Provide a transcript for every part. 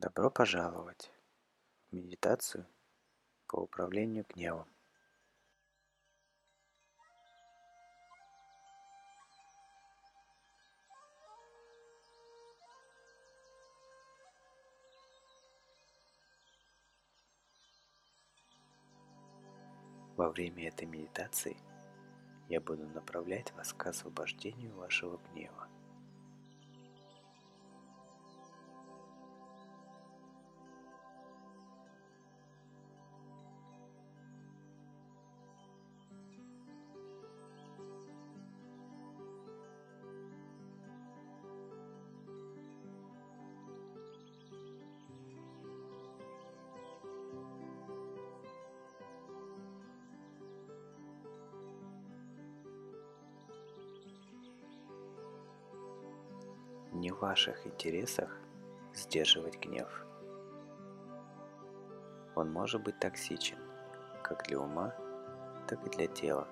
Добро пожаловать в медитацию по управлению гневом. Во время этой медитации я буду направлять вас к освобождению вашего гнева. Не в ваших интересах сдерживать гнев. Он может быть токсичен как для ума, так и для тела.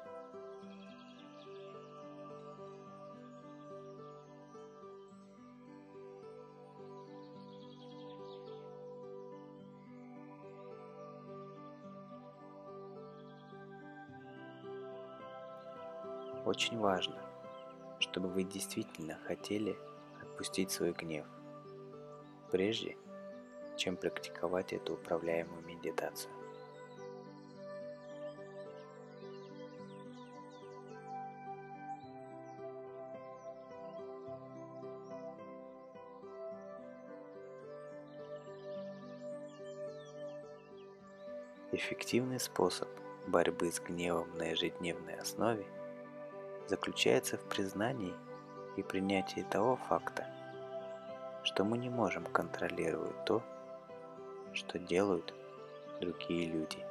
Очень важно, чтобы вы действительно хотели отпустить свой гнев, прежде чем практиковать эту управляемую медитацию. Эффективный способ борьбы с гневом на ежедневной основе заключается в признании и принятии того факта, что мы не можем контролировать то, что делают другие люди.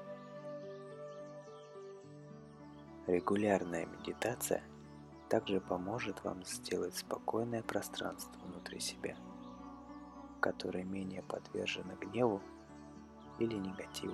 Регулярная медитация также поможет вам сделать спокойное пространство внутри себя, которое менее подвержено гневу или негативу.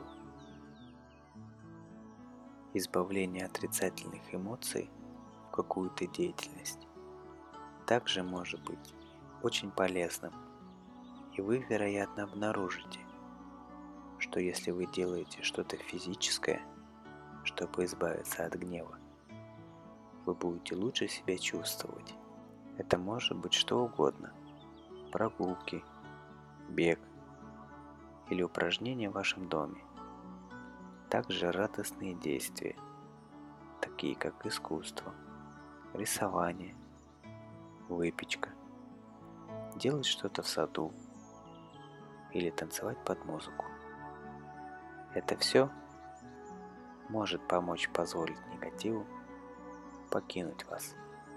Избавление отрицательных эмоций в какую-то деятельность также может быть очень полезным, и вы, вероятно, обнаружите, что если вы делаете что-то физическое, чтобы избавиться от гнева, вы будете лучше себя чувствовать. Это может быть что угодно: прогулки, бег или упражнения в вашем доме. Также радостные действия, такие как искусство, рисование, выпечка, делать что-то в саду или танцевать под музыку. Это все может помочь позволить негативу покинуть вас.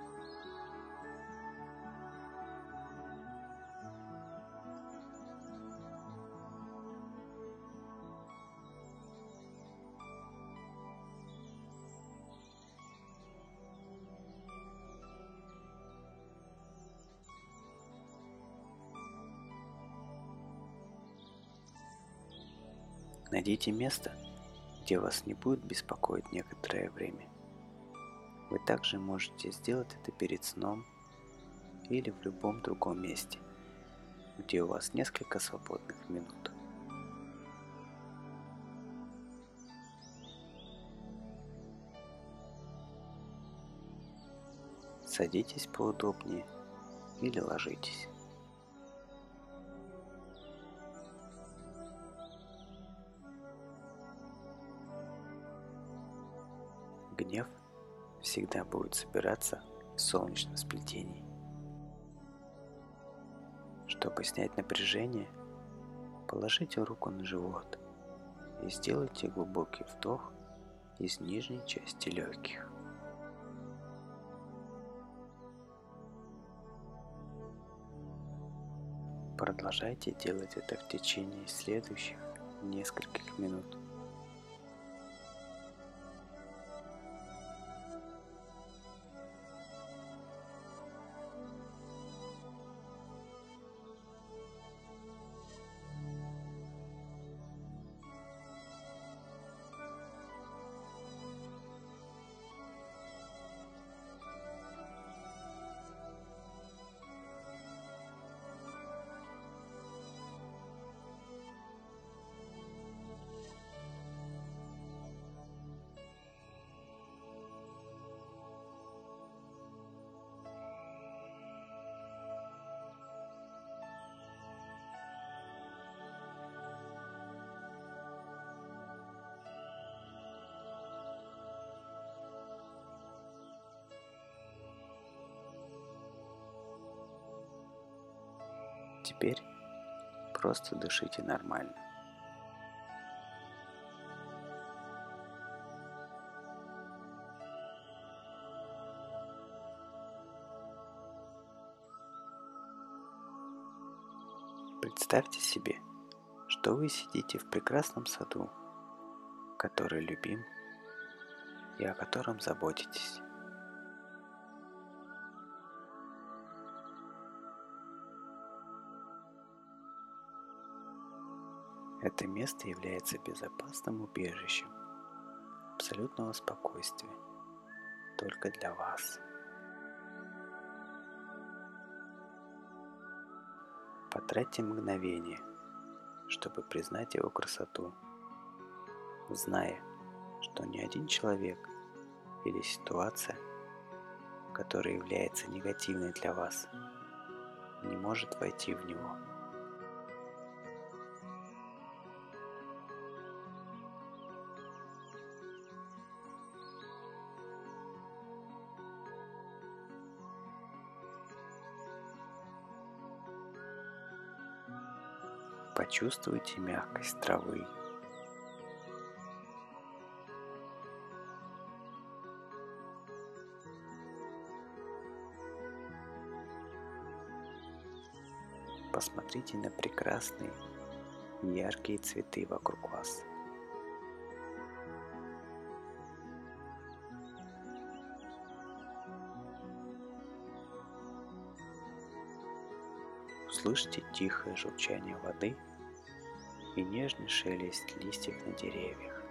Найдите место, где вас не будет беспокоить некоторое время. Вы также можете сделать это перед сном или в любом другом месте, где у вас несколько свободных минут. Садитесь поудобнее или ложитесь. Гнев всегда будет собираться в солнечном сплетении. Чтобы снять напряжение, положите руку на живот и сделайте глубокий вдох из нижней части легких. Продолжайте делать это в течение следующих нескольких минут. Теперь просто дышите нормально. Представьте себе, что вы сидите в прекрасном саду, который любим и о котором заботитесь. Это место является безопасным убежищем абсолютного спокойствия только для вас. Потратьте мгновение, чтобы признать его красоту, зная, что ни один человек или ситуация, которая является негативной для вас, не может войти в него. Почувствуйте мягкость травы. Посмотрите на прекрасные и яркие цветы вокруг вас. Услышьте тихое журчание воды и нежный шелест листьев на деревьях.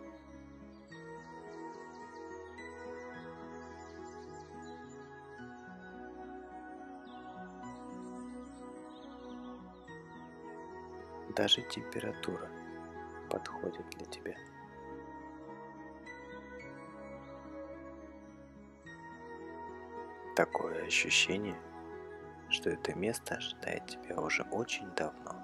Даже температура подходит для тебя. Такое ощущение, что это место ожидает тебя уже очень давно.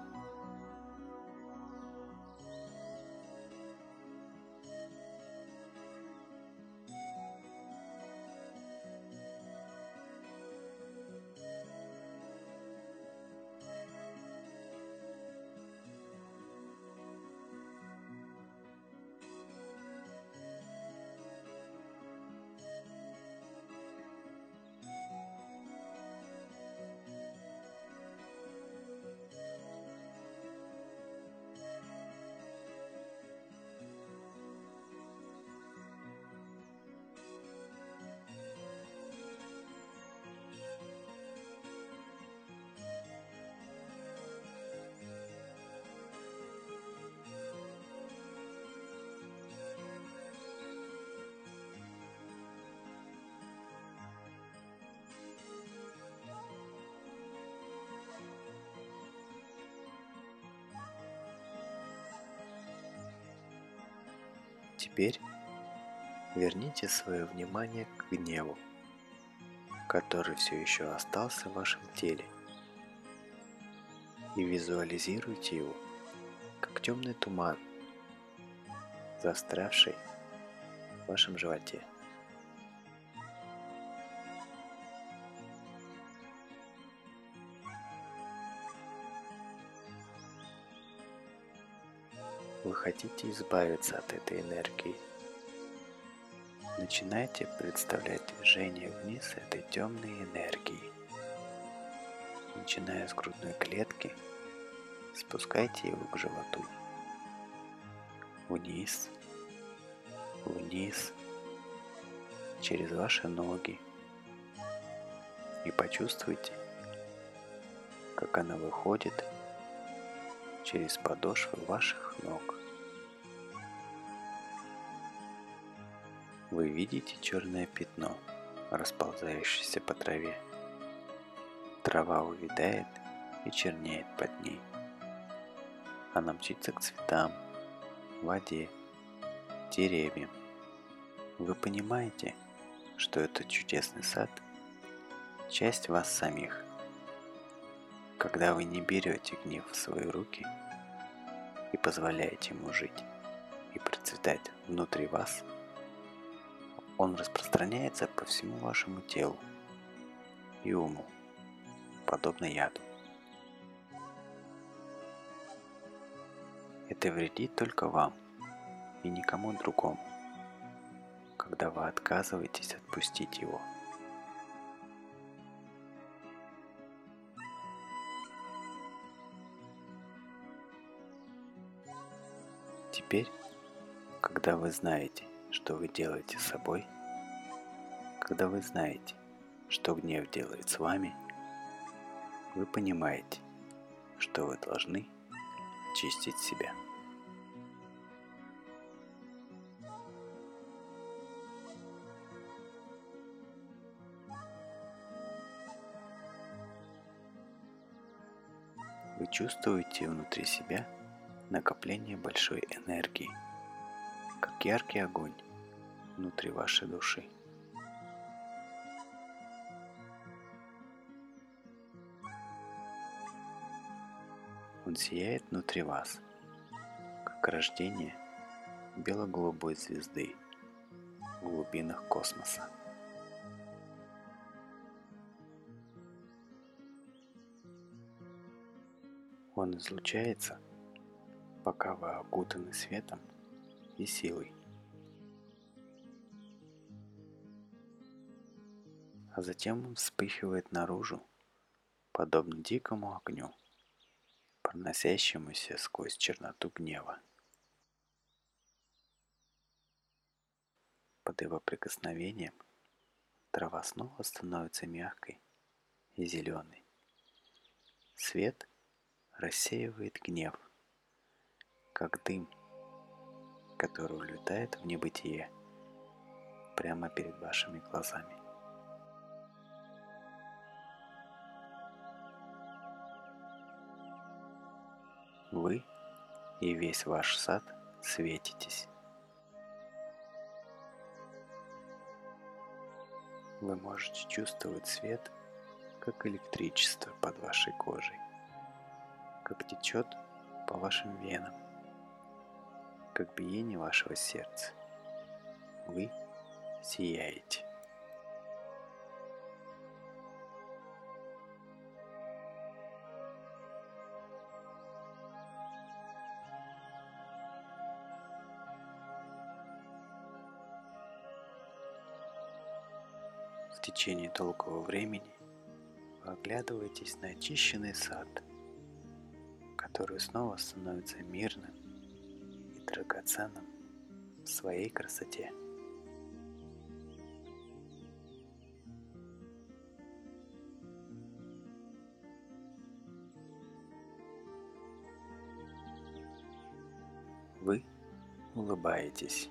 Теперь верните свое внимание к гневу, который все еще остался в вашем теле, и визуализируйте его, как темный туман, застрявший в вашем животе. Вы хотите избавиться от этой энергии. Начинайте представлять движение вниз этой темной энергии. Начиная с грудной клетки, спускайте его к животу. Вниз, вниз, через ваши ноги. И почувствуйте, как она выходит через подошвы ваших ног. Вы видите черное пятно, расползающееся по траве. Трава увядает и чернеет под ней. Она мчится к цветам, воде, деревьям. Вы понимаете, что этот чудесный сад – часть вас самих. Когда вы не берете гнев в свои руки и позволяете ему жить и процветать внутри вас, он распространяется по всему вашему телу и уму, подобно яду. Это вредит только вам и никому другому, когда вы отказываетесь отпустить его. Теперь, когда вы знаете, что вы делаете с собой, когда вы знаете, что гнев делает с вами, вы понимаете, что вы должны очистить себя. Вы чувствуете внутри себя накопление большой энергии, как яркий огонь внутри вашей души. Он сияет внутри вас, как рождение бело-голубой звезды в глубинах космоса. Он излучается, пока вы окутаны светом и силой, а затем он вспыхивает наружу, подобно дикому огню, проносящемуся сквозь черноту гнева. Под его прикосновением трава снова становится мягкой и зеленой. Свет рассеивает гнев, как дым, который улетает в небытие прямо перед вашими глазами. Вы и весь ваш сад светитесь. Вы можете чувствовать свет, как электричество под вашей кожей, как течет по вашим венам, как биение вашего сердца. Вы сияете. В течение долгого времени вы оглядываетесь на очищенный сад, который снова становится мирным и драгоценным в своей красоте. Вы улыбаетесь.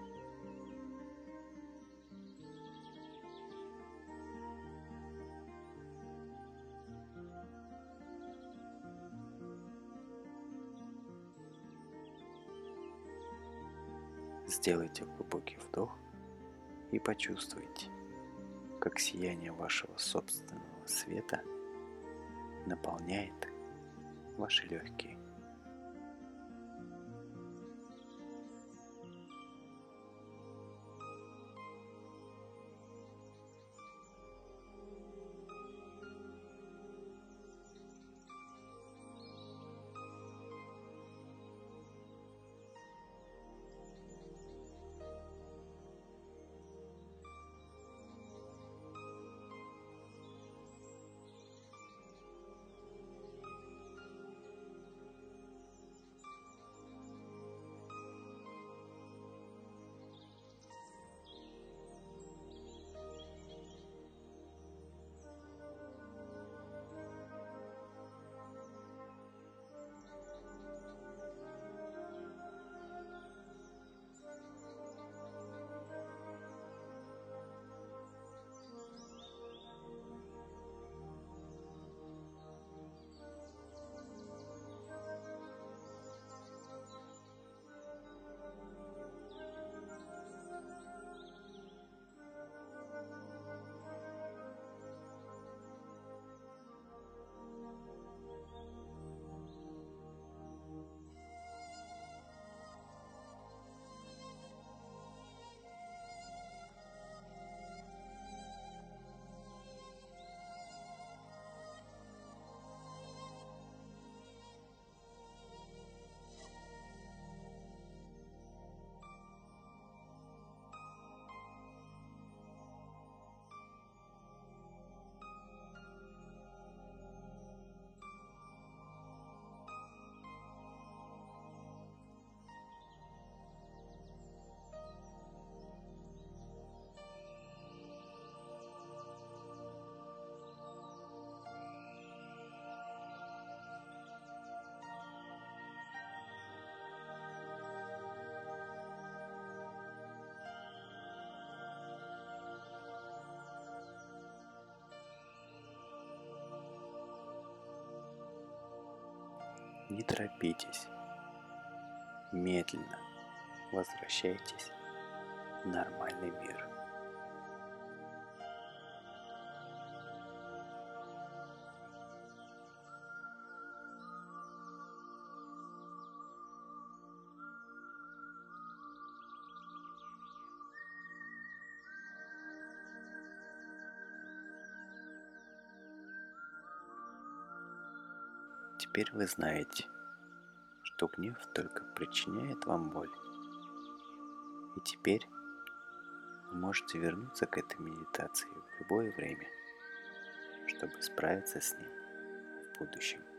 Сделайте глубокий вдох и почувствуйте, как сияние вашего собственного света наполняет ваши легкие. Не торопитесь, медленно возвращайтесь в нормальный мир. Теперь вы знаете, что гнев только причиняет вам боль. И теперь вы можете вернуться к этой медитации в любое время, чтобы справиться с ним в будущем.